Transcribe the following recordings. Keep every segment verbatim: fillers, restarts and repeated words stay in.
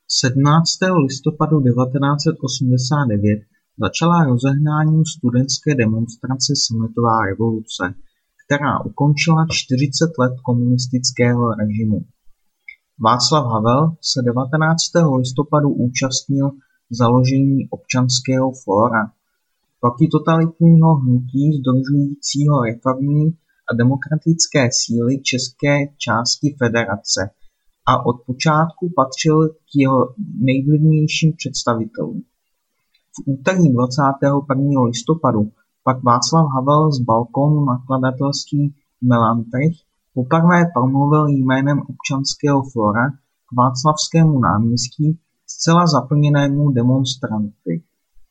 sedmnáctého listopadu devatenáct set osmdesát devět začala rozehnáním studentské demonstrace Sametová revoluce, která ukončila čtyřicet let komunistického režimu. Václav Havel se devatenáctého listopadu účastnil založení Občanského fóra, protitotalitního hnutí sdružujícího reformní a demokratické síly české části federace, a od počátku patřil k jeho nejvlivnějším představitelům. V úterý dvacátého prvního listopadu pak Václav Havel z balkónu nakladatelství Melantrich poprvé promluvil jménem Občanského fóra k Václavskému náměstí zcela zaplněnému demonstranty.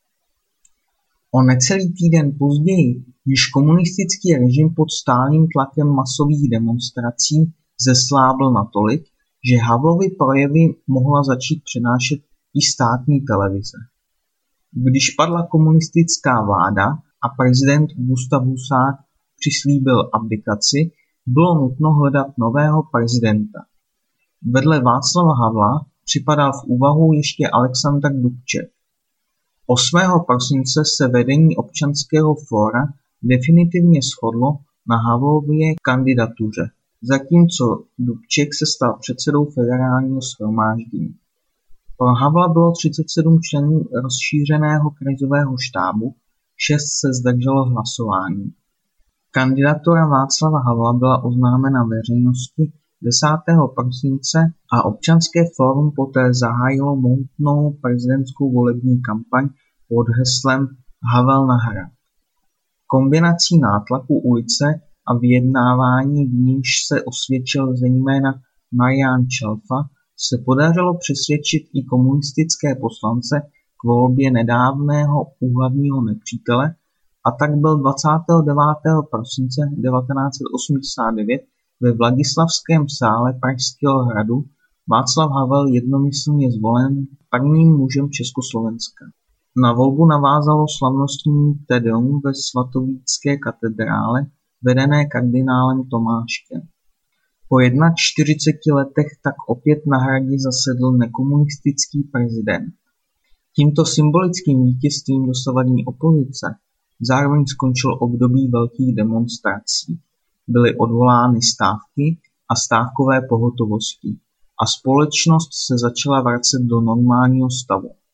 O necelý týden později již komunistický režim pod stálým tlakem masových demonstrací zeslábl natolik, že Havlovy projevy mohla začít přenášet i státní televize. Když padla komunistická vláda a prezident Gustav Husák přislíbil abdikaci, bylo nutno hledat nového prezidenta. Vedle Václava Havla připadal v úvahu ještě Alexandr Dubček. osmého prosince se vedení Občanského fóra definitivně shodlo na Havlově kandidatuře, zatímco Dubček se stal předsedou federálního shromáždění. Pro Havla bylo třicet sedm členů rozšířeného krizového štábu, šest se zdrželo hlasování. Kandidatura Václava Havla byla oznámena veřejnosti desátého prosince a Občanské fórum poté zahájilo mohutnou prezidentskou volební kampaň pod heslem Havel na hrad. Kombinací nátlaku ulice a vyjednávání, v níž se osvědčil zejména Marián Čalfa, se podařilo přesvědčit i komunistické poslance k volbě nedávného úhlavního nepřítele, a tak byl dvacátého devátého prosince devatenáct set osmdesát devět ve Vladislavském sále Pražského hradu Václav Havel jednomyslně zvolen prvním mužem Československa. Na volbu navázalo slavnostní tedeum ve svatovícké katedrále, vedené kardinálem Tomáškem. Po čtyřiceti jedné letech tak opět na hradě zasedl nekomunistický prezident. Tímto symbolickým vítězstvím dosavadní opozice zároveň skončil období velkých demonstrací. Byly odvolány stávky a stávkové pohotovosti a společnost se začala vracet do normálního stavu.